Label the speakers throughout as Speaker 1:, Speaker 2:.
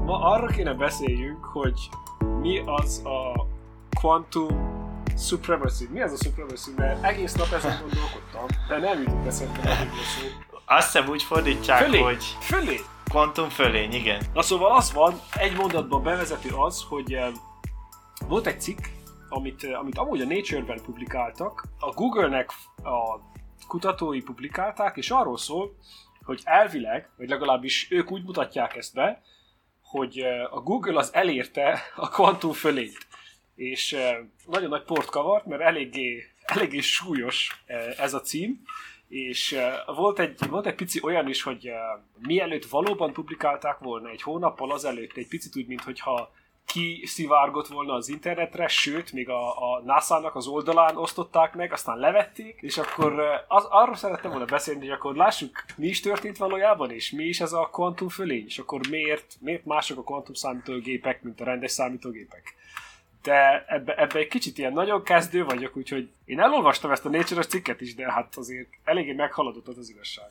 Speaker 1: Ma arra kéne beszéljünk, hogy mi az a Quantum Supremacy. Mi az a Supremacy? Mert egész nap ezen gondolkodtam, de nem jutott eszembe a szó.
Speaker 2: Azt hiszem úgy fordítják, hogy...
Speaker 1: Fölé!
Speaker 2: Quantum fölény, igen.
Speaker 1: Na szóval az van, egy mondatban bevezető az, hogy volt egy cikk, amit amúgy a Nature-ben publikáltak, a Google-nek a kutatói publikálták, és arról szól, hogy elvileg, vagy legalábbis ők úgy mutatják ezt be, hogy a Google az elérte a kvantum fölényt. És nagyon nagy port kavart, mert eléggé súlyos ez a cím, és volt egy pici olyan is, hogy mielőtt valóban publikálták volna egy hónappal azelőtt, egy picit úgy, mintha kiszivárgott volna az internetre, sőt, még a NASA-nak az oldalán osztották meg, aztán levették, és akkor arról szerettem volna beszélni, hogy akkor lássuk, mi is történt valójában, és mi is ez a kvantum fölény, és akkor miért mások a kvantum számítógépek, mint a rendes számítógépek. De ebbe egy kicsit ilyen nagyon kezdő vagyok, úgyhogy én elolvastam ezt a Nature-os cikket is, de hát azért eléggé meghaladott az igazság.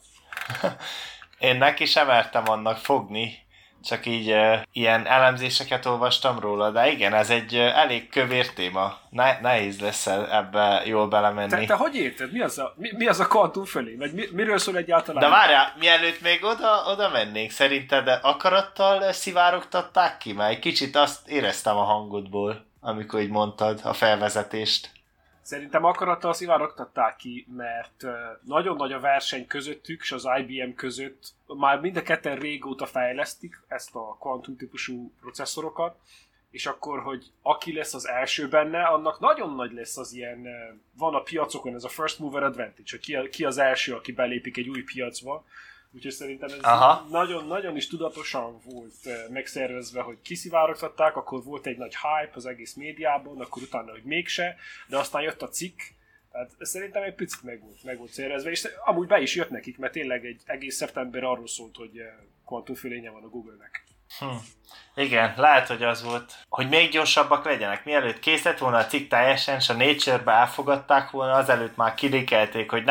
Speaker 2: Én neki sem mertem annak fogni, csak így ilyen elemzéseket olvastam róla, de igen, ez egy elég kövér téma. Nehéz lesz ebbe jól belemenni.
Speaker 1: Te hogy érted? Mi az a kvantum fölény? Vagy miről szól egyáltalán?
Speaker 2: De várjál, mielőtt még oda mennénk, szerinted akarattal szivárogtatták ki? Mert egy kicsit azt éreztem a hangodból, amikor így mondtad a felvezetést.
Speaker 1: Szerintem akarattal szivárogtatták ki, mert nagyon nagy a verseny közöttük, és az IBM között már mind a ketten régóta fejlesztik ezt a kvantum típusú processzorokat, és akkor, hogy aki lesz az első benne, annak nagyon nagy lesz az ilyen, van a piacokon ez a first mover advantage, hogy ki az első, aki belépik egy új piacba. Úgyhogy szerintem ez nagyon-nagyon is tudatosan volt megszervezve, hogy kiszivárogtatták, akkor volt egy nagy hype az egész médiában, akkor utána, hogy mégse, de aztán jött a cikk, tehát szerintem egy picit meg volt szervezve, és amúgy be is jött nekik, mert tényleg egy egész szeptember arról szólt, hogy kvantumfölénye van a Google-nek.
Speaker 2: Igen, lehet, hogy az volt, hogy még gyorsabbak legyenek. Mielőtt kész lett volna a cikk teljesen, és a Nature-be elfogadták volna, azelőtt már kilikelték, hogy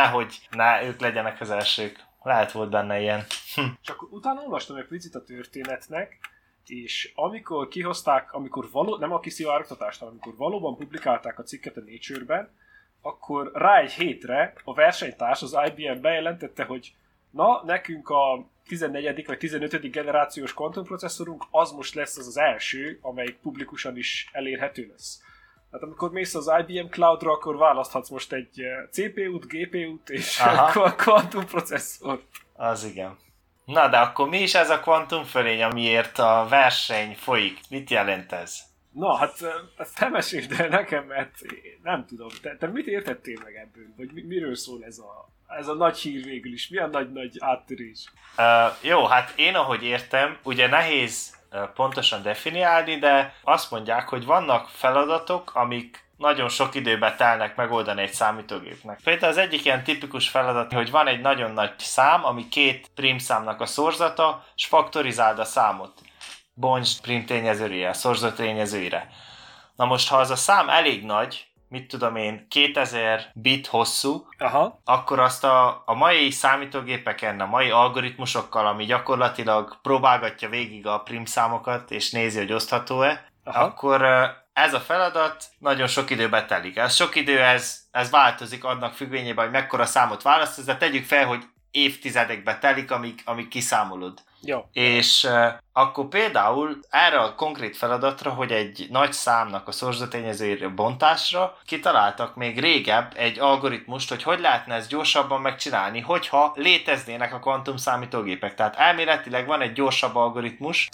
Speaker 2: ők legyenek az elsők. Lehet volt benne ilyen.
Speaker 1: És akkor utána olvastam egy picit a történetnek, és amikor kihozták, nem a kiszivárogtatást, amikor valóban publikálták a cikket a Nature-ben, akkor rá egy hétre a versenytárs, az IBM bejelentette, hogy na, nekünk a 14. vagy 15. generációs kvantumprocesszorunk az most lesz az első, amelyik publikusan is elérhető lesz. Hát amikor mész az IBM Cloudra, akkor választhatsz most egy CPU-t, GPU-t és kvantumprocesszort.
Speaker 2: Az igen. Na, de akkor mi is ez a kvantumfölény, amiért a verseny folyik? Mit jelent ez?
Speaker 1: Na, hát te mesélj el nekem, mert nem tudom. Te mit értettél meg ebből? Vagy miről szól ez a nagy hír végül is? Milyen nagy áttörés?
Speaker 2: Jó, hát én ahogy értem, ugye nehéz pontosan definiálni, de azt mondják, hogy vannak feladatok, amik nagyon sok időbe telnek megoldani egy számítógépnek. Például az egyik ilyen tipikus feladat, hogy van egy nagyon nagy szám, ami két prímszámnak a szorzata, és faktorizáld a számot. Bontsd prímtényezőre, szorzó tényezőire. Na most, ha az a szám elég nagy, mit tudom én, 2000 bit hosszú, akkor azt a mai számítógépeken, a mai algoritmusokkal, ami gyakorlatilag próbálgatja végig a prímszámokat, és nézi, hogy osztható-e, akkor ez a feladat nagyon sok időbe telik. Ez sok idő, ez változik annak függvényében, hogy mekkora számot választasz, de tegyük fel, hogy évtizedekbe telik, amíg kiszámolod.
Speaker 1: Jó.
Speaker 2: És akkor például erre a konkrét feladatra, hogy egy nagy számnak a szorzótényezőjére bontásra kitaláltak még régebb egy algoritmust, hogy lehetne ezt gyorsabban megcsinálni, hogyha léteznének a kvantum számítógépek. Tehát elméletileg van egy gyorsabb algoritmus.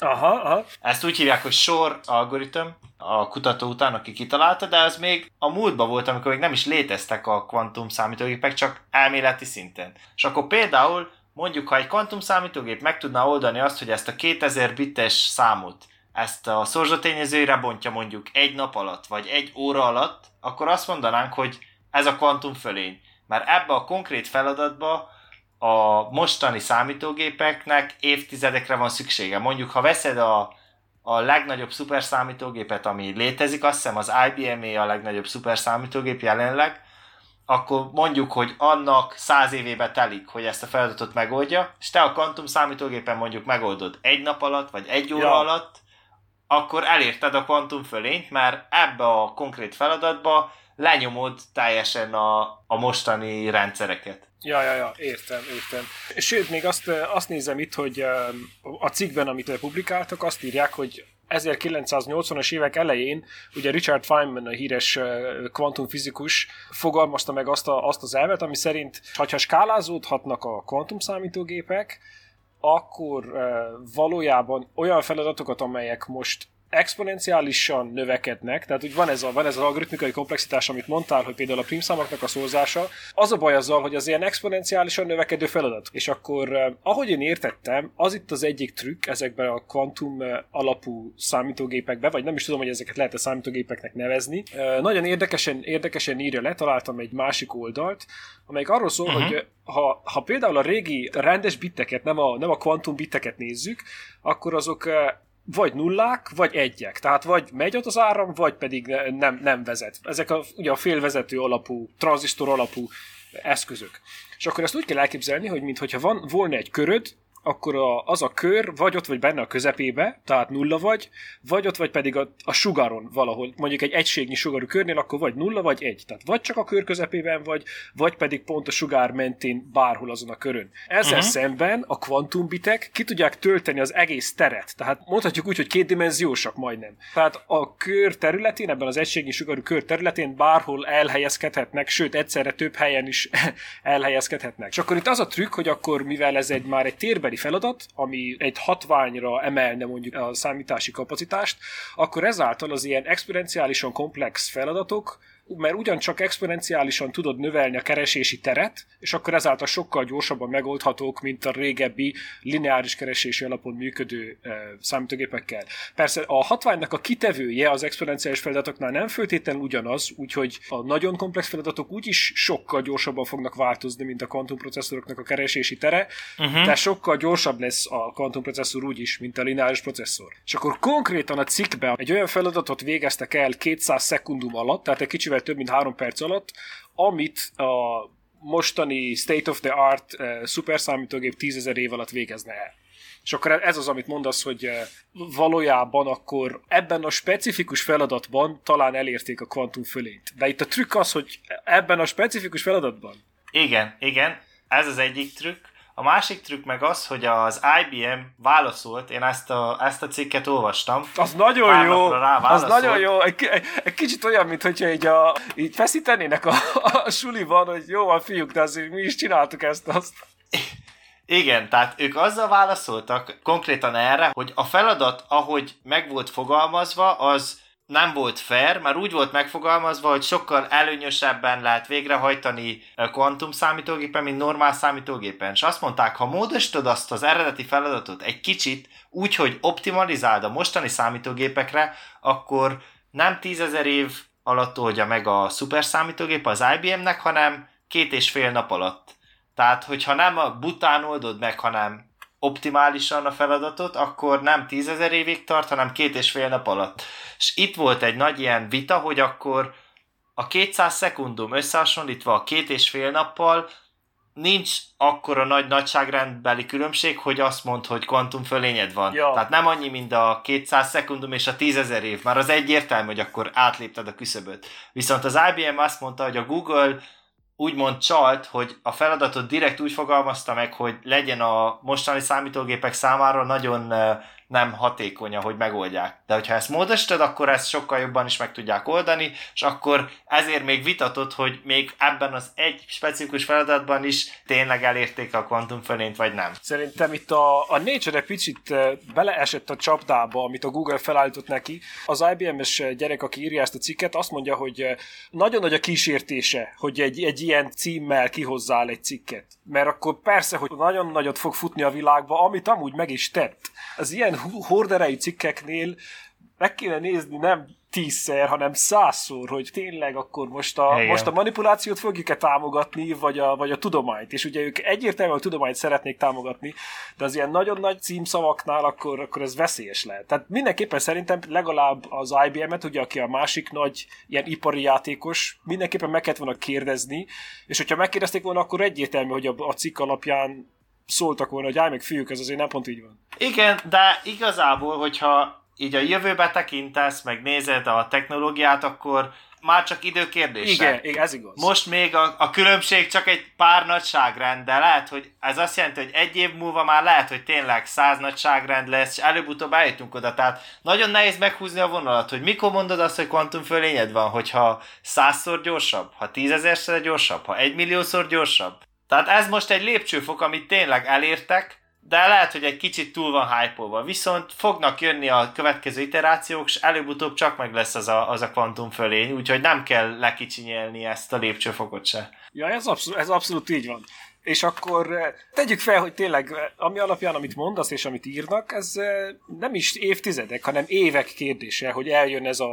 Speaker 2: Ezt úgy hívják, hogy SOR algoritm, a kutató után, aki kitalálta, de az még a múltban volt, amikor még nem is léteztek a kvantum számítógépek, csak elméleti szinten. És akkor például mondjuk, ha egy kvantumszámítógép meg tudná oldani azt, hogy ezt a 2000 bites számot, ezt a szorzótényezőre bontja mondjuk egy nap alatt, vagy egy óra alatt, akkor azt mondanánk, hogy ez a kvantumfölény. Mert ebbe a konkrét feladatba a mostani számítógépeknek évtizedekre van szüksége. Mondjuk, ha veszed a legnagyobb szuperszámítógépet, ami létezik, azt hiszem az IBM-é a legnagyobb szuperszámítógép jelenleg, akkor mondjuk, hogy annak 100 évébe telik, hogy ezt a feladatot megoldja, és te a kvantum számítógépen mondjuk megoldod egy nap alatt, vagy egy óra alatt, akkor elérted a kvantumfölényt, mert ebbe a konkrét feladatba lenyomod teljesen a mostani rendszereket.
Speaker 1: Ja, értem. Sőt, még azt nézem itt, hogy a cikkben, amit publikáltak, azt írják, hogy 1980-as évek elején ugye Richard Feynman, a híres kvantumfizikus fogalmazta meg azt az elvet, ami szerint, ha skálázódhatnak a kvantumszámítógépek, akkor valójában olyan feladatokat, amelyek most exponenciálisan növekednek, tehát úgy van ez az algoritmikai komplexitás, amit mondtál, hogy például a prímszámoknak a szórzása, az a baj azzal, hogy az ilyen exponenciálisan növekedő feladat. És akkor, ahogy én értettem, az itt az egyik trükk ezekben a kvantum alapú számítógépekben, vagy nem is tudom, hogy ezeket lehet-e számítógépeknek nevezni. Nagyon érdekesen írja le, találtam egy másik oldalt, amelyik arról szól, hogy ha például a régi rendes bitteket, nem a kvantum bitteket nézzük, akkor azok vagy nullák, vagy egyek. Tehát vagy megy ott az áram, vagy pedig nem vezet. Ezek ugye a félvezető alapú, tranzisztor alapú eszközök. És akkor ezt úgy kell elképzelni, hogy mintha volna egy köröd, akkor az a kör vagy ott vagy benne a közepébe, tehát nulla vagy ott vagy pedig a sugaron valahol, mondjuk egy egységnyi sugarú körnél, akkor vagy nulla, vagy egy. Tehát vagy csak a kör közepében vagy pedig pont a sugár mentén bárhol azon a körön. Ezzel szemben a kvantumbitek ki tudják tölteni az egész teret. Tehát mondhatjuk úgy, hogy kétdimenziósak majdnem. Tehát a kör területén, ebben az egységnyi sugarú kör területén bárhol elhelyezkedhetnek, sőt egyszerre több helyen is elhelyezkedhetnek. És akkor itt az a trükk, hogy akkor mivel ez már egy térbeli feladat, ami egy hatványra emelne mondjuk a számítási kapacitást, akkor ezáltal az ilyen exponenciálisan komplex feladatok, mert ugyancsak exponenciálisan tudod növelni a keresési teret, és akkor ezáltal sokkal gyorsabban megoldhatók, mint a régebbi lineáris keresési alapon működő számítógépekkel. Persze a hatványnak a kitevője az exponenciális feladatoknál nem feltétlenül ugyanaz, úgyhogy a nagyon komplex feladatok úgyis sokkal gyorsabban fognak változni, mint a kvantumprocesszoroknak a keresési tere, de sokkal gyorsabb lesz a kvantumprocesszor úgyis, mint a lineáris processzor. És akkor konkrétan a cikkben egy olyan feladatot végeztek el 200 szekundum alatt, tehát egy kicsivel több mint 3 perc alatt, amit a mostani state of the art szuperszámítógép 10 000 év alatt végezne el. És akkor ez az, amit mondasz, hogy valójában akkor ebben a specifikus feladatban talán elérték a kvantumfölényt. De itt a trükk az, hogy ebben a specifikus feladatban.
Speaker 2: Igen, ez az egyik trükk. A másik trükk meg az, hogy az IBM válaszolt, én ezt a cikket olvastam.
Speaker 1: Az nagyon jó, az nagyon jó. Egy kicsit olyan, mint hogyha így feszítenének a suliban, hogy jó van fiúk, de azért mi is csináltuk ezt-azt.
Speaker 2: Igen, tehát ők azzal válaszoltak konkrétan erre, hogy a feladat, ahogy meg volt fogalmazva, az nem volt fair, mert úgy volt megfogalmazva, hogy sokkal előnyösebben lehet végrehajtani kvantum számítógépen, mint normál számítógépen. És azt mondták, ha módosítod azt az eredeti feladatot egy kicsit úgy, hogy optimalizáld a mostani számítógépekre, akkor nem 10 000 év alatt oldja meg a szuperszámítógép az IBM-nek, hanem 2,5 nap alatt. Tehát, hogyha nem a bután oldod meg, hanem optimálisan a feladatot, akkor nem 10 000 évig tart, hanem 2,5 nap alatt. És itt volt egy nagy ilyen vita, hogy akkor a 200 szekundum összehasonlítva a 2,5 nappal nincs akkora nagy nagyságrendbeli különbség, hogy azt mondd, hogy kvantumfölényed van. Ja. Tehát nem annyi, mint a 200 szekundum és a 10 000 év. Már az egyértelmű, hogy akkor átlépted a küszöböt. Viszont az IBM azt mondta, hogy a Google úgymond csalt, hogy a feladatot direkt úgy fogalmazta meg, hogy legyen a mostani számítógépek számára nagyon nem hatékony, hogy megoldják. De hogyha ezt módosítod, akkor ezt sokkal jobban is meg tudják oldani, és akkor ezért még vitatott, hogy még ebben az egy specifikus feladatban is tényleg elérték a kvantumfölényt, vagy nem.
Speaker 1: Szerintem itt a Nature egy picit beleesett a csapdába, amit a Google felállított neki. Az IBM-es gyerek, aki írja ezt a cikket, azt mondja, hogy nagyon nagy a kísértése, hogy egy ilyen címmel kihozzál egy cikket. Mert akkor persze, hogy nagyon nagyot fog futni a világba, amit amúgy meg is tett. Az ilyen horderejű cikkeknél meg kéne nézni nem 10-szer, hanem 100-szor, hogy tényleg akkor most a manipulációt fogjuk-e támogatni, vagy a tudományt. És ugye ők egyértelműen a tudományt szeretnék támogatni, de az ilyen nagyon nagy címszavaknál akkor ez veszélyes lehet. Tehát mindenképpen szerintem legalább az IBM-et, ugye, aki a másik nagy ilyen ipari játékos, mindenképpen meg kellett volna kérdezni, és hogyha megkérdezték volna, akkor egyértelmű, hogy a cikk alapján szóltak volna, hogy állj meg fiúk, ez azért nem pont így van.
Speaker 2: Igen, de igazából, hogyha így a jövőbe tekintesz, meg nézed a technológiát, akkor már csak időkérdése.
Speaker 1: Igen, ez igaz.
Speaker 2: Most még a különbség csak egy pár nagyságrend, de lehet, hogy ez azt jelenti, hogy egy év múlva már lehet, hogy tényleg 100 nagyságrend lesz, és előbb-utóbb eljutunk oda. Tehát nagyon nehéz meghúzni a vonalat, hogy mikor mondod azt, hogy kvantumfölényed van, hogyha 100-szor gyorsabb, ha 10 000-szer gyorsabb, ha 1 milliószor gyorsabb. Tehát ez most egy lépcsőfok, amit tényleg elértek, de lehet, hogy egy kicsit túl van hype-olva. Viszont fognak jönni a következő iterációk, és előbb-utóbb csak meg lesz az a kvantumfölény, úgyhogy nem kell lekicsinyelni ezt a lépcsőfokot se.
Speaker 1: Ja, ez abszolút így van. És akkor tegyük fel, hogy tényleg, ami alapján, amit mondasz és amit írnak, ez nem is évtizedek, hanem évek kérdése, hogy eljön ez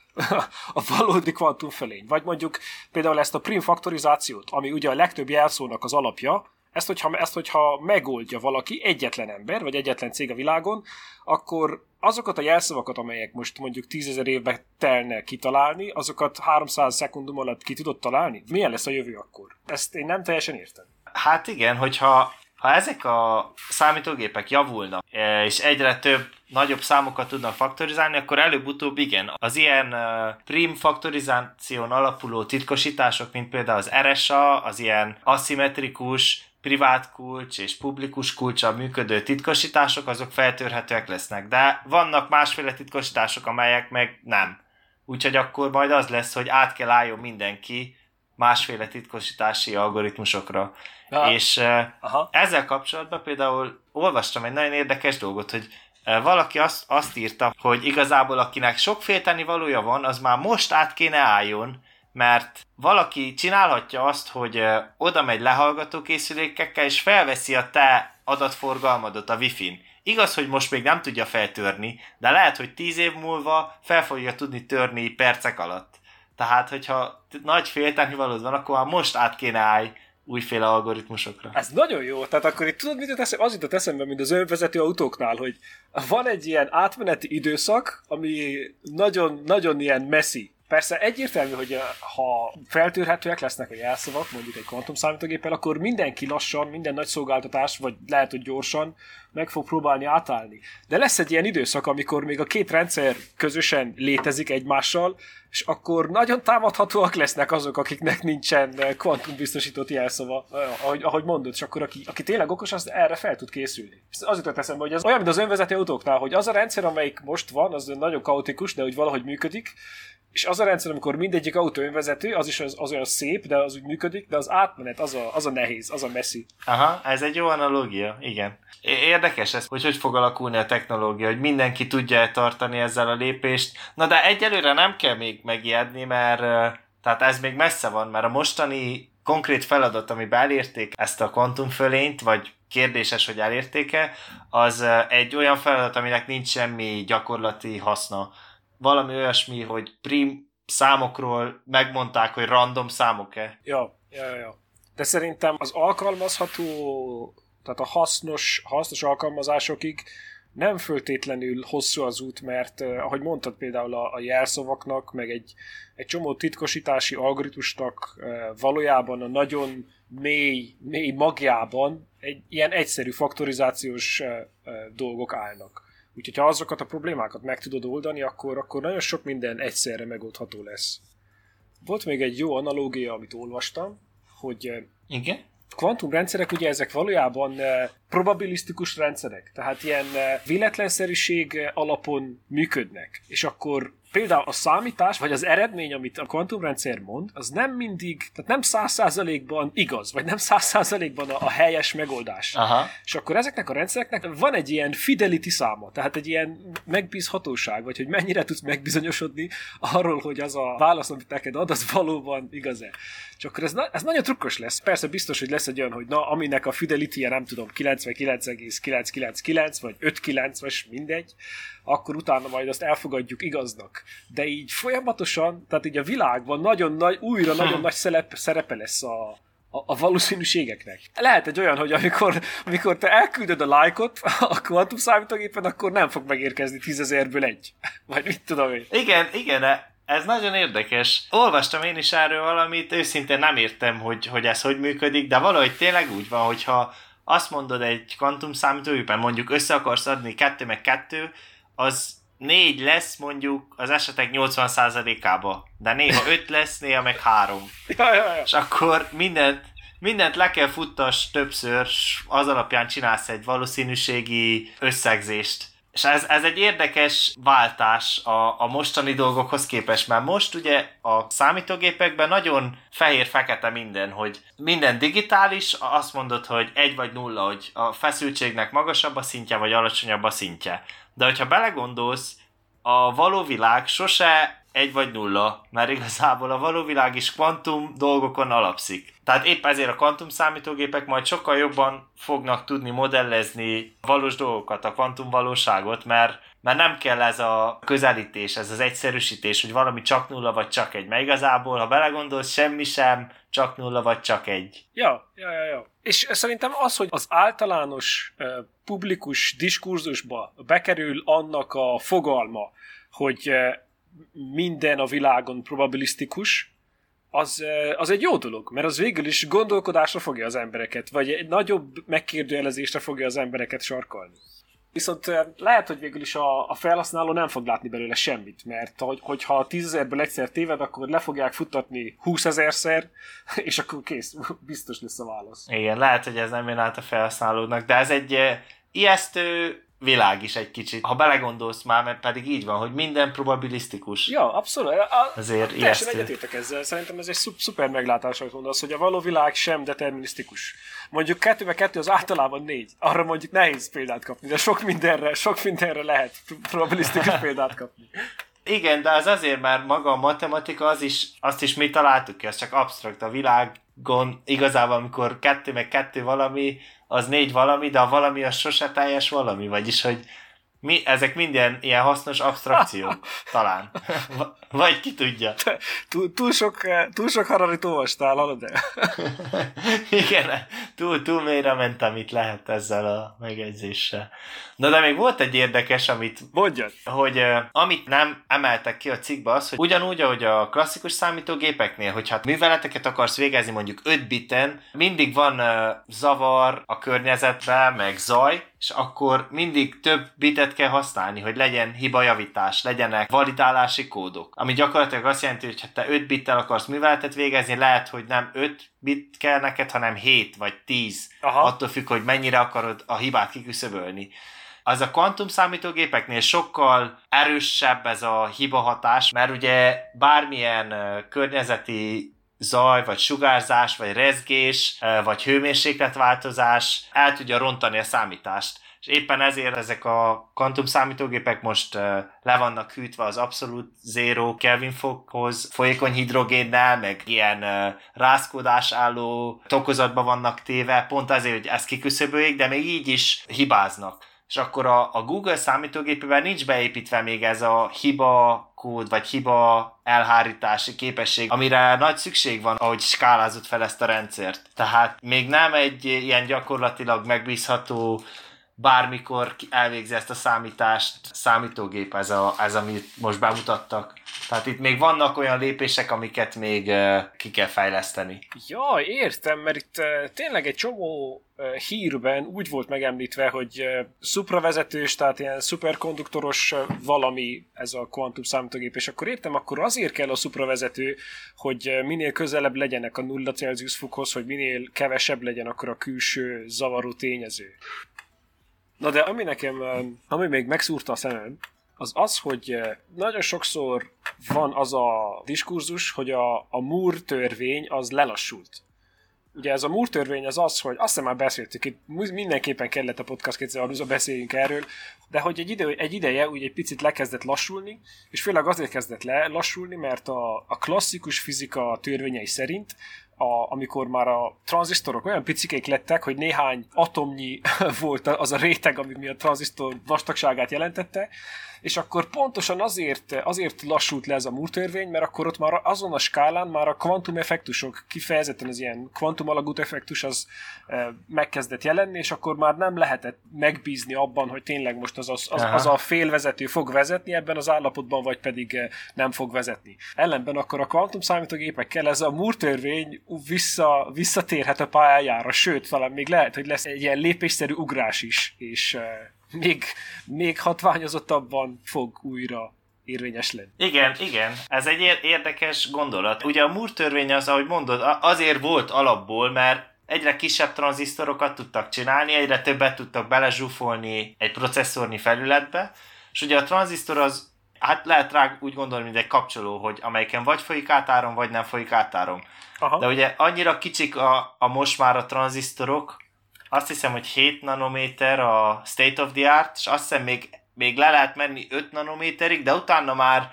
Speaker 1: a valódi kvantumfölény. Vagy mondjuk például ezt a prim faktorizációt, ami ugye a legtöbb jelszónak az alapja, ezt, hogyha megoldja valaki, egyetlen ember, vagy egyetlen cég a világon, akkor azokat a jelszavakat, amelyek most mondjuk 10 000 évbe telne kitalálni, azokat 300 szekundum alatt ki tudod találni? Milyen lesz a jövő akkor? Ezt én nem teljesen értem.
Speaker 2: Hát igen, hogyha ezek a számítógépek javulnak, és egyre több nagyobb számokat tudnak faktorizálni, akkor előbb-utóbb igen. Az ilyen prim faktorizáción alapuló titkosítások, mint például az RSA, az ilyen aszimmetrikus, privát kulcs és publikus kulccsal működő titkosítások, azok feltörhetőek lesznek. De vannak másféle titkosítások, amelyek meg nem. Úgyhogy akkor majd az lesz, hogy át kell álljon mindenki másféle titkosítási algoritmusokra. És ezzel kapcsolatban például olvastam egy nagyon érdekes dolgot, hogy valaki azt írta, hogy igazából akinek sok féltenivalója van, az már most át kéne álljon, mert valaki csinálhatja azt, hogy oda megy lehallgatókészülékekkel, és felveszi a te adatforgalmadot a Wi-Fi-n. Igaz, hogy most még nem tudja feltörni, de lehet, hogy 10 év múlva fel fogja tudni törni percek alatt. Tehát, hogyha nagy féltenivalód van, akkor már most át kéne állj újféle algoritmusokra.
Speaker 1: Ez nagyon jó. Tehát akkor itt tudod, mit az jutott eszembe, mint az önvezető autóknál, hogy van egy ilyen átmeneti időszak, ami nagyon, nagyon ilyen messy. Persze egyértelmű, hogy ha feltörhetőek lesznek a jelszavak, mondjuk egy kvantumszámítógéppel, akkor mindenki lassan, minden nagy szolgáltatás, vagy lehet, hogy gyorsan meg fog próbálni átállni. De lesz egy ilyen időszak, amikor még a két rendszer közösen létezik egymással, és akkor nagyon támadhatóak lesznek azok, akiknek nincsen kvantumbiztosított jelszava, ahogy mondod, és akkor aki tényleg okos, az erre fel tud készülni. Az jutott eszembe, hogy az olyan, mint az önvezető autóknál, hogy az a rendszer, amelyik most van, az nagyon kaotikus, de hogy valahogy működik, és az a rendszer, amikor mindegyik autó önvezető, az is az olyan szép, de az úgy működik, de az átmenet, az a nehéz, az a messzi.
Speaker 2: Aha, ez egy jó analógia, igen. Érdekes ez, hogy fog alakulni a technológia, hogy mindenki tudja tartani ezzel a lépést. Na de egyelőre nem kell még megijedni, mert tehát ez még messze van, mert a mostani konkrét feladat, amiben elérték ezt a kvantumfölényt, vagy kérdéses, hogy elérték-e, az egy olyan feladat, aminek nincs semmi gyakorlati haszna. Valami olyasmi, hogy prim számokról megmondták, hogy random számok-e.
Speaker 1: Ja. De szerintem az alkalmazható, tehát a hasznos alkalmazásokig nem föltétlenül hosszú az út, mert ahogy mondtad például a jelszavaknak, meg egy csomó titkosítási algoritmusnak valójában a nagyon mély magjában egy ilyen egyszerű faktorizációs dolgok állnak. Úgyhogy ha azokat a problémákat meg tudod oldani, akkor nagyon sok minden egyszerre megoldható lesz. Volt még egy jó analógia, amit olvastam, hogy
Speaker 2: igen?
Speaker 1: kvantumrendszerek, ugye ezek valójában probabilisztikus rendszerek, tehát ilyen véletlenszerűség alapon működnek. És akkor például a számítás, vagy az eredmény, amit a kvantumrendszer mond, az nem mindig, tehát nem 100%-ban igaz, vagy nem 100%-ban a helyes megoldás.
Speaker 2: Aha. És
Speaker 1: akkor ezeknek a rendszereknek van egy ilyen fidelity száma, tehát egy ilyen megbízhatóság, vagy hogy mennyire tudsz megbizonyosodni arról, hogy az a válasz, amit neked ad, az valóban igaz-e. És akkor ez nagyon trukkos lesz. Persze biztos, hogy lesz egy olyan, hogy aminek a fidelity-je nem tudom, 99,999, vagy 5,9, vagy mindegy, akkor utána majd azt elfogadjuk igaznak. De így folyamatosan, tehát így a világban nagyon nagy szerepe lesz a valószínűségeknek. Lehet egy olyan, hogy amikor te elküldöd a like-ot a kvantum számítógépen, akkor nem fog megérkezni 10 000-ből egy. Vagy mit tudom én.
Speaker 2: Igen, ez nagyon érdekes. Olvastam én is erről valamit, őszintén nem értem, hogy ez hogy működik, de valahogy tényleg úgy van, hogyha azt mondod egy kvantum számítógépen, mondjuk össze akarsz adni 2 meg 2, az 4 lesz mondjuk az esetek 80%-ába, de néha 5 lesz, néha meg 3.
Speaker 1: Ja.
Speaker 2: És akkor mindent le kell futtass többször, az alapján csinálsz egy valószínűségi összegzést. És ez egy érdekes váltás a mostani dolgokhoz képest, mert most ugye a számítógépekben nagyon fehér-fekete minden, hogy minden digitális, azt mondod, hogy 1 vagy 0, hogy a feszültségnek magasabb a szintje, vagy alacsonyabb a szintje. De hogyha belegondolsz, a való világ sose 1 vagy 0, mert igazából a való világ is kvantum dolgokon alapszik. Tehát épp ezért a kvantum számítógépek majd sokkal jobban fognak tudni modellezni valós dolgokat, a kvantum valóságot, mert nem kell ez a közelítés, ez az egyszerűsítés, hogy valami csak 0 vagy csak 1, mert igazából, ha belegondolsz, semmi sem csak 0 vagy csak 1.
Speaker 1: Ja. És szerintem az, hogy az általános publikus diskurzusba bekerül annak a fogalma, hogy minden a világon probabilisztikus, az egy jó dolog, mert az végül is gondolkodásra fogja az embereket, vagy egy nagyobb megkérdőjelezésre fogja az embereket sarkalni. Viszont lehet, hogy végül is a felhasználó nem fog látni belőle semmit, mert hogyha 10 000-ből egyszer téved, akkor le fogják futtatni 20 000-szer, és akkor kész, biztos lesz a válasz.
Speaker 2: Igen, lehet, hogy ez nem jön át a felhasználódnak, de ez egy ijesztő világ is egy kicsit. Ha belegondolsz már, mert pedig így van, hogy minden probabilisztikus.
Speaker 1: Ja, abszolút.
Speaker 2: Azért
Speaker 1: teljesen
Speaker 2: ijesztő.
Speaker 1: egyetértek ezzel. Szerintem ez egy szuper meglátás, amit mondasz, hogy a való világ sem determinisztikus. Mondjuk 2x2 az általában 4. Arra mondjuk nehéz példát kapni, de sok mindenre lehet probabilisztikus példát kapni.
Speaker 2: Igen, de az azért, mert maga a matematika, azt is mi találtuk ki, az csak absztrakt. A világon igazából, amikor 2x2 valami, az 4 valami, de a valami az sose teljes valami, vagyis, hogy ezek minden ilyen hasznos abstrakciók, talán. Vagy ki tudja.
Speaker 1: Túl sok Hararit olvastál, hallod el?
Speaker 2: Igen, túl mélyre mentem itt lehet ezzel a megjegyzéssel. Na de még volt egy érdekes,
Speaker 1: mondjad,
Speaker 2: hogy amit nem emeltek ki a cikkbe az, hogy ugyanúgy, ahogy a klasszikus számítógépeknél, hogy hát műveleteket akarsz végezni mondjuk 5 biten, mindig van zavar a környezetben, meg zaj, és akkor mindig több bitet kell használni, hogy legyen hibajavítás, legyenek validálási kódok. Ami gyakorlatilag azt jelenti, hogy ha te 5 bittel akarsz műveletet végezni, lehet, hogy nem 5 bit kell neked, hanem 7 vagy 10.
Speaker 1: Aha.
Speaker 2: Attól függ, hogy mennyire akarod a hibát kiküszöbölni. Az a kvantum számítógépeknél sokkal erősebb ez a hibahatás, mert ugye bármilyen környezeti zaj, vagy sugárzás, vagy rezgés, vagy hőmérsékletváltozás el tudja rontani a számítást. És éppen ezért ezek a kvantum számítógépek most le vannak hűtve az abszolút zero Kelvin fokhoz, folyékony hidrogénnel, meg ilyen rázkódás álló tokozatba vannak téve, pont azért, hogy ezt kiküszöböljék, de még így is hibáznak. És akkor a Google számítógépében nincs beépítve még ez a hiba kód, vagy hiba elhárítási képesség, amire nagy szükség van, ahogy skálázott fel ezt a rendszert. Tehát még nem egy ilyen gyakorlatilag megbízható, bármikor elvégzi ezt a számítást számítógép, ez amit most bemutattak. Tehát itt még vannak olyan lépések, amiket még ki kell fejleszteni.
Speaker 1: Ja, értem, mert itt tényleg egy csomó hírben úgy volt megemlítve, hogy szupravezetős, tehát ilyen szuperkonduktoros valami ez a kvantum számítógép, és akkor értem, akkor azért kell a szupravezető, hogy minél közelebb legyenek a 0 Celsius fokhoz, hogy minél kevesebb legyen akkor a külső zavaró tényező. Na de ami még megszúrta a szemem, az, hogy nagyon sokszor van az a diskurzus, hogy a Moore törvény az lelassult. Ugye ez a Moore törvény az, hogy azt hiszem már beszéltük, itt mindenképpen kellett a podcast 2030-ban beszéljünk erről, de hogy egy ideje úgy egy picit lekezdett lassulni, és főleg azért kezdett lassulni, mert a klasszikus fizika törvényei szerint amikor már a tranzisztorok olyan picikék lettek, hogy néhány atomnyi volt az a réteg, ami a tranzisztor vastagságát jelentette, és akkor pontosan azért lassult le ez a Moore törvény, mert akkor ott már azon a skálán már a kvantumeffektusok, kifejezetten az ilyen kvantumalagút effektus az megkezdett jelenni, és akkor már nem lehetett megbízni abban, hogy tényleg most az a félvezető fog vezetni ebben az állapotban, vagy pedig nem fog vezetni. Ellenben akkor a kvantum számítógépekkel ez a Moore törvény visszatérhet a pályájára, sőt, talán még lehet, hogy lesz egy ilyen lépésszerű ugrás is, és még hatványozottabban fog újra érvényes lenni.
Speaker 2: Igen, ez egy érdekes gondolat. Ugye a Moore törvény az, ahogy mondod, azért volt alapból, mert egyre kisebb tranzisztorokat tudtak csinálni, egyre többet tudtak belezsúfolni egy processzornyi felületbe, és ugye a tranzisztor az, hát lehet rá úgy gondolni, mint egy kapcsoló, hogy amelyiken vagy folyik átáram, vagy nem folyik átáram. Aha. De ugye annyira kicsik a most már a tranzisztorok, azt hiszem, hogy 7 nanométer a state of the art, és azt hiszem még le lehet menni 5 nanométerig, de utána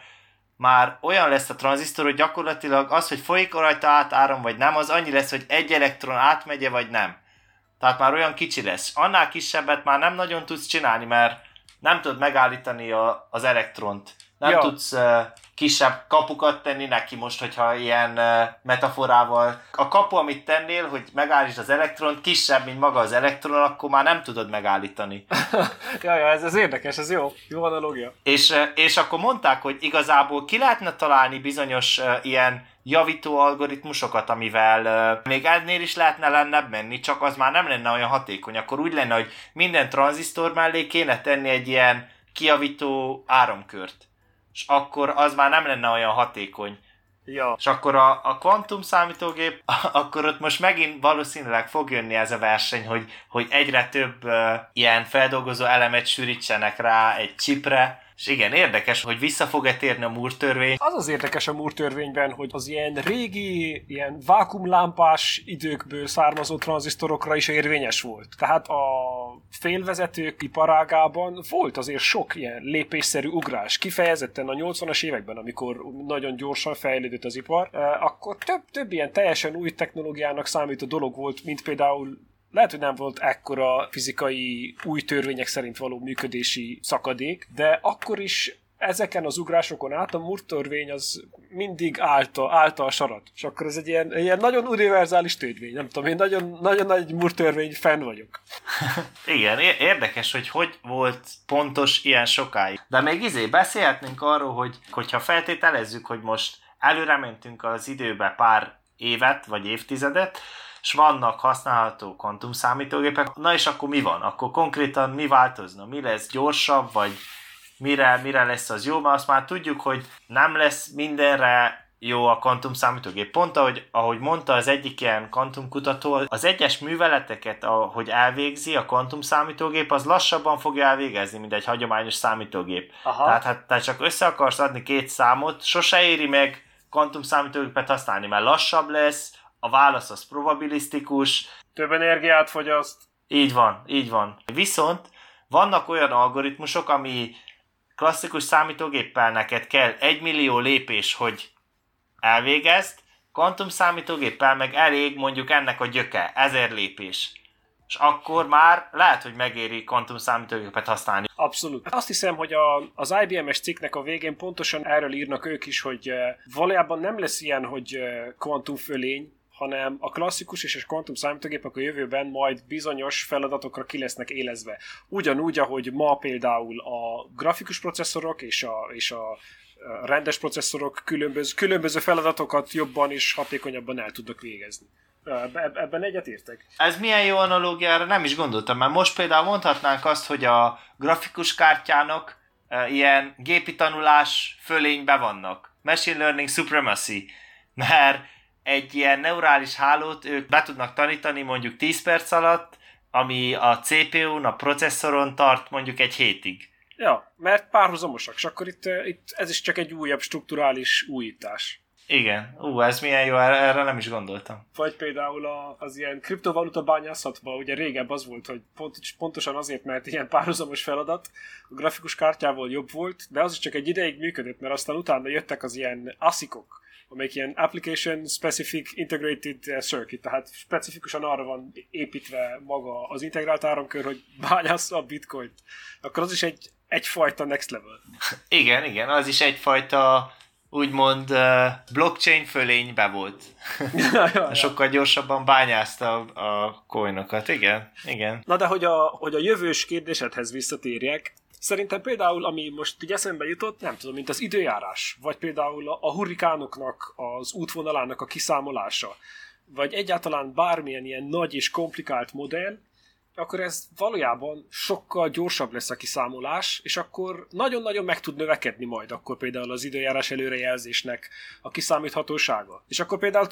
Speaker 2: már olyan lesz a tranzisztor, hogy gyakorlatilag az, hogy folyik rajta át áram vagy nem, az annyi lesz, hogy egy elektron átmegye vagy nem. Tehát már olyan kicsi lesz. Annál kisebbet már nem nagyon tudsz csinálni, mert nem tudod megállítani az elektront. Nem tudsz kisebb kapukat tenni neki most, hogyha ilyen metaforával. A kapu, amit tennél, hogy megállítsd az elektront, kisebb, mint maga az elektron, akkor már nem tudod megállítani.
Speaker 1: ez érdekes, ez jó analógia.
Speaker 2: És akkor mondták, hogy igazából ki lehetne találni bizonyos ilyen javító algoritmusokat, amivel még ennél is lehetne lennebb menni, csak az már nem lenne olyan hatékony. Akkor úgy lenne, hogy minden tranzisztor mellé kéne tenni egy ilyen kijavító áramkört. És akkor az már nem lenne olyan hatékony.
Speaker 1: Ja.
Speaker 2: És akkor a kvantum számítógép, akkor ott most megint valószínűleg fog jönni ez a verseny, hogy egyre több ilyen feldolgozó elemet sűrítsenek rá egy chipre. És igen, érdekes, hogy vissza fog-e térni a Moore törvény.
Speaker 1: Az érdekes a Moore törvényben, hogy az ilyen régi, ilyen vákumlámpás időkből származó tranzisztorokra is érvényes volt. Tehát a félvezetők iparágában volt azért sok ilyen lépésszerű ugrás. Kifejezetten a 80-as években, amikor nagyon gyorsan fejlődött az ipar, akkor több ilyen teljesen új technológiának számító dolog volt, mint például lehet, hogy nem volt ekkora fizikai új törvények szerint való működési szakadék, de akkor is ezeken az ugrásokon át a Moore törvény az mindig állta a sarat. És akkor ez egy ilyen nagyon univerzális törvény. Nem tudom, én nagyon nagy Moore törvény fenn vagyok.
Speaker 2: Igen, érdekes, hogy volt pontos ilyen sokáig. De még beszélhetnénk arról, hogyha feltételezzük, hogy most előre mentünk az időbe pár évet, vagy évtizedet, és vannak használható kvantumszámítógépek, na és akkor mi van? Akkor konkrétan mi változna? Mi lesz gyorsabb, vagy mire lesz az jó? Mert azt már tudjuk, hogy nem lesz mindenre jó a kvantumszámítógép. Pont ahogy mondta az egyik ilyen kvantumkutató, az egyes műveleteket, ahogy elvégzi a kvantumszámítógép, az lassabban fogja elvégezni, mint egy hagyományos számítógép. Aha. Tehát te csak össze akarsz adni két számot, sose éri meg kvantumszámítógépet használni, mert lassabb lesz, a válasz az probabilisztikus.
Speaker 1: Több energiát fogyaszt.
Speaker 2: Így van. Viszont vannak olyan algoritmusok, ami klasszikus számítógéppel neked kell 1 millió lépés, hogy elvégezd, kvantumszámítógéppel meg elég mondjuk ennek a gyöke, 1000 lépés. És akkor már lehet, hogy megéri kvantumszámítógépet használni.
Speaker 1: Abszolút. Azt hiszem, hogy az IBM-es cikknek a végén pontosan erről írnak ők is, hogy valójában nem lesz ilyen, hogy kvantumfölény, hanem a klasszikus és a kvantum számítógépek a jövőben majd bizonyos feladatokra ki lesznek élezve. Ugyanúgy, ahogy ma például a grafikus processzorok és a rendes processzorok különböző feladatokat jobban és hatékonyabban el tudnak végezni. Ebben egyetértek.
Speaker 2: Ez milyen jó analógiára nem is gondoltam, mert most például mondhatnánk azt, hogy a grafikus kártyának ilyen gépi tanulás fölénybe vannak. Machine Learning Supremacy. Mert egy ilyen neurális hálót ők be tudnak tanítani mondjuk 10 perc alatt, ami a CPU-n, a processzoron tart mondjuk egy hétig.
Speaker 1: Ja, mert párhuzamosak, és akkor itt ez is csak egy újabb strukturális újítás.
Speaker 2: Igen, ez milyen jó, erre nem is gondoltam.
Speaker 1: Vagy például az ilyen kriptovaluta bányászatban, ugye régebb az volt, hogy pontosan azért, mert ilyen párhuzamos feladat, a grafikus kártyával jobb volt, de az is csak egy ideig működött, mert aztán utána jöttek az ilyen ASIC-ok, amelyik ilyen Application Specific Integrated Circuit, tehát specifikusan arra van építve maga az integrált áramkör, hogy bányássza a bitcoint. Akkor az is egyfajta next level.
Speaker 2: Igen, az is egyfajta úgymond blockchain fölénybe volt. Ja. Sokkal gyorsabban bányázta a coinokat. Igen.
Speaker 1: Na de hogy a jövős kérdésedhez visszatérjek, szerintem például, ami most így eszembe jutott, nem tudom, mint az időjárás, vagy például a hurrikánoknak, az útvonalának a kiszámolása, vagy egyáltalán bármilyen ilyen nagy és komplikált modell, akkor ez valójában sokkal gyorsabb lesz a kiszámolás, és akkor nagyon-nagyon meg tud növekedni majd akkor például az időjárás előrejelzésnek a kiszámíthatósága. És akkor például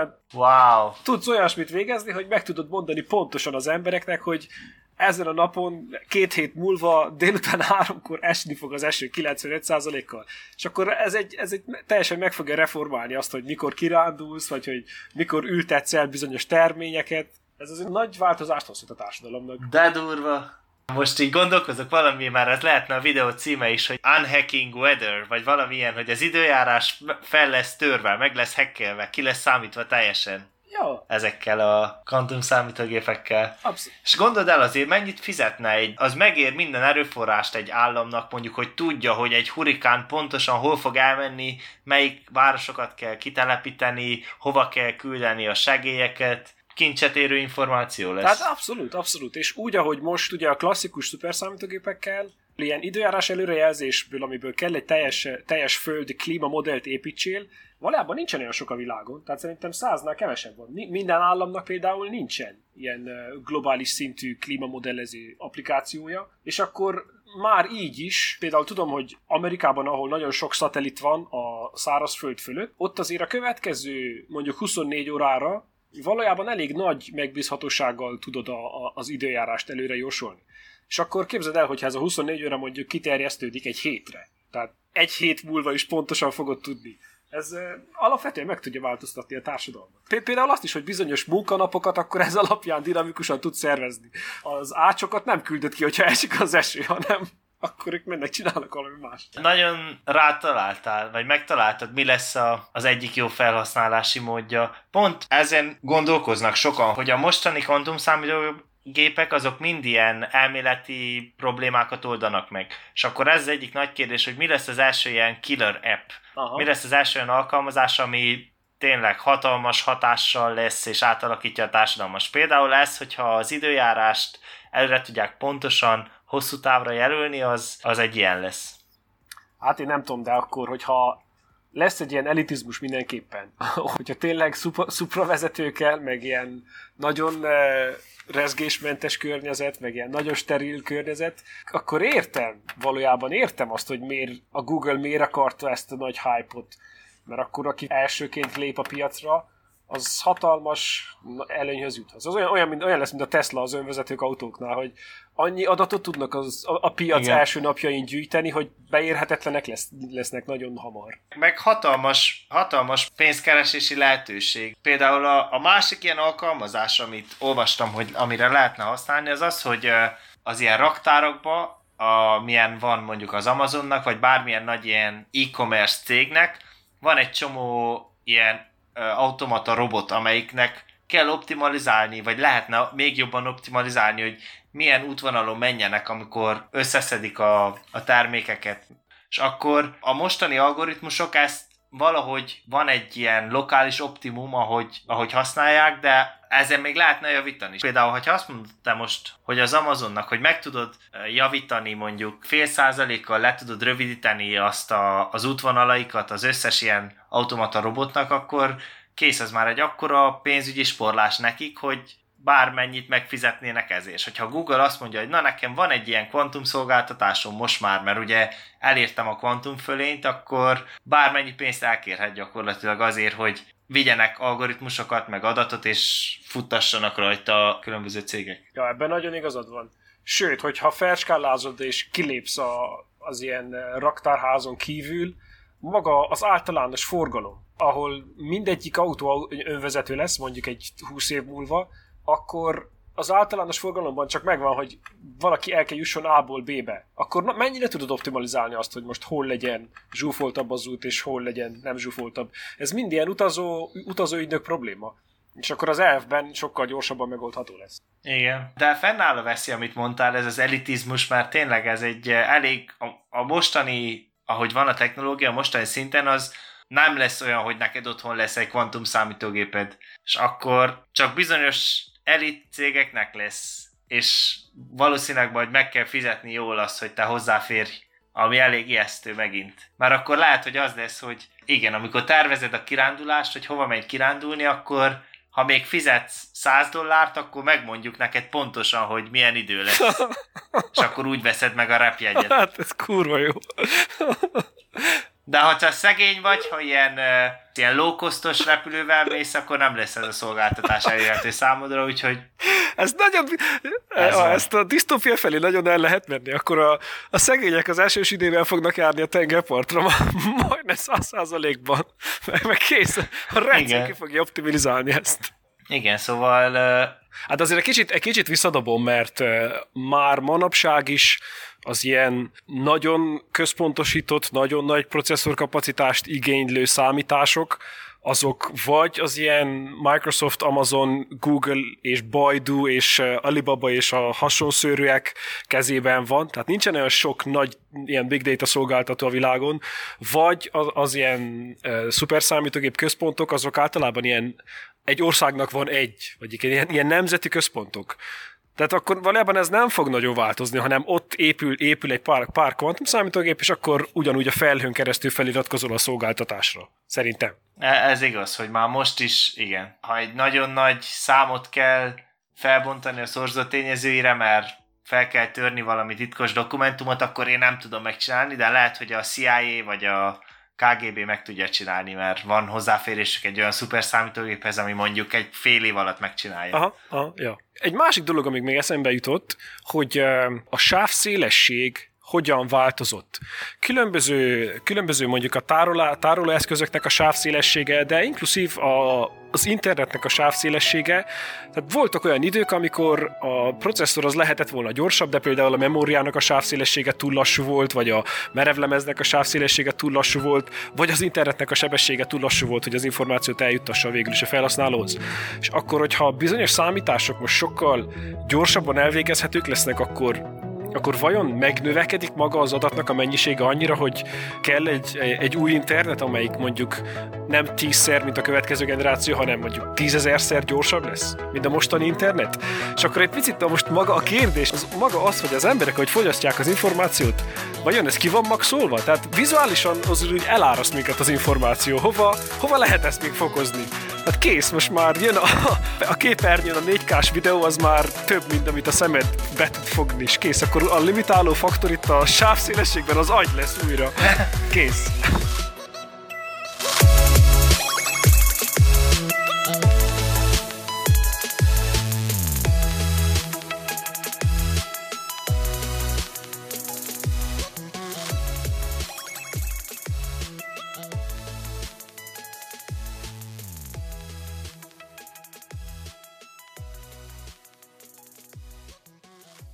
Speaker 1: tudsz olyasmit végezni, hogy meg tudod mondani pontosan az embereknek, hogy ezen a napon 2 hét múlva délután 3-kor esni fog az eső 95%-kal. És akkor ez egy teljesen meg fogja reformálni azt, hogy mikor kirándulsz, vagy hogy mikor ültetsz el bizonyos terményeket. Ez az egy nagy változást hozhat a társadalomnak.
Speaker 2: De durva! Most így gondolkozok valami, már ez lehetne a videó címe is, hogy Unhacking Weather, vagy valami ilyen, hogy az időjárás fel lesz törve, meg lesz hackelve, ki lesz számítva teljesen.
Speaker 1: Ja.
Speaker 2: Ezekkel a kvantum számítógépekkel.
Speaker 1: Abszolút.
Speaker 2: És gondold el azért, mennyit fizetne az megér minden erőforrást egy államnak, mondjuk, hogy tudja, hogy egy hurikán pontosan hol fog elmenni, melyik városokat kell kitelepíteni, hova kell küldeni a segélyeket, kincset érő információ lesz.
Speaker 1: Tehát abszolút. És úgy, ahogy most ugye a klasszikus szuperszámítógépekkel, ilyen időjárás előrejelzésből, amiből kell egy teljes földi klímamodellt építsél, valójában nincsen olyan sok a világon, tehát szerintem 100-nál kevesebb van. Minden államnak például nincsen ilyen globális szintű klímamodellező applikációja, és akkor már így is, például tudom, hogy Amerikában, ahol nagyon sok szatellit van a szárazföld fölött, ott azért a következő mondjuk 24 órára valójában elég nagy megbízhatósággal tudod az időjárást előre jósolni. És akkor képzeld el, hogyha ez a 24 óra mondjuk kiterjesztődik egy hétre. Tehát egy hét múlva is pontosan fogod tudni. Ez alapvetően meg tudja változtatni a társadalmat. Például azt is, hogy bizonyos munkanapokat akkor ez alapján dinamikusan tud szervezni. Az ácsokat nem küldött ki, hogyha esik az eső, hanem akkor ők mennek, csinálnak valami más.
Speaker 2: Nagyon rátaláltál, vagy megtaláltad, mi lesz az egyik jó felhasználási módja. Pont ezen gondolkoznak sokan, hogy a mostani kvantumszámítógépek azok mind ilyen elméleti problémákat oldanak meg. És akkor ez az egyik nagy kérdés, hogy mi lesz az első ilyen killer app. Aha. Mi lesz az első olyan alkalmazás, ami tényleg hatalmas hatással lesz, és átalakítja a társadalmat. Például ez, hogyha az időjárást előre tudják pontosan hosszú távra jelölni, az egy ilyen lesz.
Speaker 1: Hát én nem tudom, de akkor, hogyha lesz egy ilyen elitizmus mindenképpen, hogyha tényleg szupravezetőkkel, meg ilyen nagyon rezgésmentes környezet, meg ilyen nagyon steril környezet, akkor valójában értem azt, hogy a Google miért akarta ezt a nagy hype-ot, mert akkor aki elsőként lép a piacra, az hatalmas előnyhöz juthat. Az olyan lesz, mint a Tesla az önvezetők autóknál, hogy annyi adatot tudnak a piac Igen. első napjain gyűjteni, hogy beérhetetlenek lesznek nagyon hamar.
Speaker 2: Meg hatalmas pénzkeresési lehetőség. Például a másik ilyen alkalmazás, amit olvastam, hogy amire lehetne használni, az az, hogy az ilyen raktárokba, milyen van mondjuk az Amazonnak, vagy bármilyen nagy ilyen e-commerce cégnek, van egy csomó ilyen automata robot, amelyiknek kell optimalizálni, vagy lehetne még jobban optimalizálni, hogy milyen útvonalon menjenek, amikor összeszedik a termékeket. És akkor a mostani algoritmusok ezt valahogy van egy ilyen lokális optimum, ahogy használják, de ezen még lehetne javítani. Például, hogyha azt mondod te most, hogy az Amazonnak, hogy meg tudod javítani mondjuk 0,5%-kal le tudod rövidíteni azt az útvonalaikat az összes ilyen automata robotnak, akkor kész, ez már egy akkora pénzügyi sporlás nekik, hogy bármennyit megfizetnének ezért. És hogyha Google azt mondja, hogy na nekem van egy ilyen kvantumszolgáltatásom most már, mert ugye elértem a kvantumfölényt, akkor bármennyi pénzt elkérhet gyakorlatilag azért, hogy vigyenek algoritmusokat, meg adatot, és futtassanak rajta a különböző cégek.
Speaker 1: Ja, ebben nagyon igazad van. Sőt, hogyha felskálázod és kilépsz az ilyen raktárházon kívül, maga az általános forgalom, ahol mindegyik autó önvezető lesz, mondjuk egy 20 év múlva, akkor az általános forgalomban csak megvan, hogy valaki el kell jusson A-ból B-be. Akkor mennyire tudod optimalizálni azt, hogy most hol legyen zsúfoltabb az út, és hol legyen nem zsúfoltabb. Ez mind ilyen utazóügynök probléma. És akkor az elfben sokkal gyorsabban megoldható lesz.
Speaker 2: Igen. De fennáll a veszi, amit mondtál, ez az elitizmus, mert tényleg ez egy elég a mostani, ahogy van a technológia, a mostani szinten az nem lesz olyan, hogy neked otthon lesz egy kvantum számítógéped. És akkor csak bizonyos elit cégeknek lesz, és valószínűleg majd meg kell fizetni jól azt, hogy te hozzáférj, ami elég ijesztő megint. Már akkor lehet, hogy az lesz, hogy igen, amikor tervezed a kirándulást, hogy hova megy kirándulni, akkor ha még fizetsz $100, akkor megmondjuk neked pontosan, hogy milyen idő lesz. És akkor úgy veszed meg a repjegyet.
Speaker 1: Hát ez kurva jó.
Speaker 2: De ha csak szegény vagy, ha ilyen low-costos repülővel mész, akkor nem lesz ez a szolgáltatás elérhető számodra, úgyhogy...
Speaker 1: Ezt a disztópia felé nagyon el lehet menni, akkor a szegények az elsős időben fognak járni a tengerpartra, majdnem 100%-ban, meg kész, a rendszer ki fogja optimalizálni ezt.
Speaker 2: Igen, szóval...
Speaker 1: Hát azért egy kicsit visszadobom, mert már manapság is az ilyen nagyon központosított, nagyon nagy processzorkapacitást igénylő számítások, azok vagy az ilyen Microsoft, Amazon, Google és Baidu és Alibaba és a hasonszörűek kezében van, tehát nincsen olyan sok nagy ilyen big data szolgáltató a világon, vagy az ilyen szuperszámítógép központok, azok általában ilyen egy országnak van vagy ilyen nemzeti központok. Tehát akkor valójában ez nem fog nagyon változni, hanem ott épül egy pár kvantumszámítógép, és akkor ugyanúgy a felhőn keresztül feliratkozol a szolgáltatásra. Szerintem.
Speaker 2: Ez igaz, hogy már most is, igen. Ha egy nagyon nagy számot kell felbontani a szorzó tényezőire, mert fel kell törni valami titkos dokumentumot, akkor én nem tudom megcsinálni, de lehet, hogy a CIA vagy a KGB meg tudja csinálni, mert van hozzáférésük egy olyan szuperszámítógéphez, ami mondjuk egy fél év alatt megcsinálja.
Speaker 1: Aha, ja. Egy másik dolog, amíg még eszembe jutott, hogy a sávszélesség hogyan változott. Különböző mondjuk a tárolóeszközöknek a sávszélessége, de inkluszív az internetnek a sávszélessége. Tehát voltak olyan idők, amikor a processzor az lehetett volna gyorsabb, de például a memóriának a sávszélessége túl lassú volt, vagy a merevlemeznek a sávszélessége túl lassú volt, vagy az internetnek a sebessége túl lassú volt, hogy az információt eljuttassa végül is a felhasználóhoz. És akkor, hogyha bizonyos számítások most sokkal gyorsabban elvégezhetők lesznek, akkor vajon megnövekedik maga az adatnak a mennyisége annyira, hogy kell egy új internet, amelyik mondjuk nem 10-szer, mint a következő generáció, hanem mondjuk 10.000-szer gyorsabb lesz, mint a mostani internet? És akkor egy picit most maga a kérdés, maga az, hogy az emberek, hogy fogyasztják az információt, vajon ez ki van maxolva? Tehát vizuálisan az úgy eláraszt minket az információ. Hova lehet ezt még fokozni? Hát kész, most már jön a képernyőn a 4K-s videó, az már több, mint amit a szemed be tud fogni, és kész. Akkor a limitáló faktor itt a sávszélességben az agy lesz újra. Kész.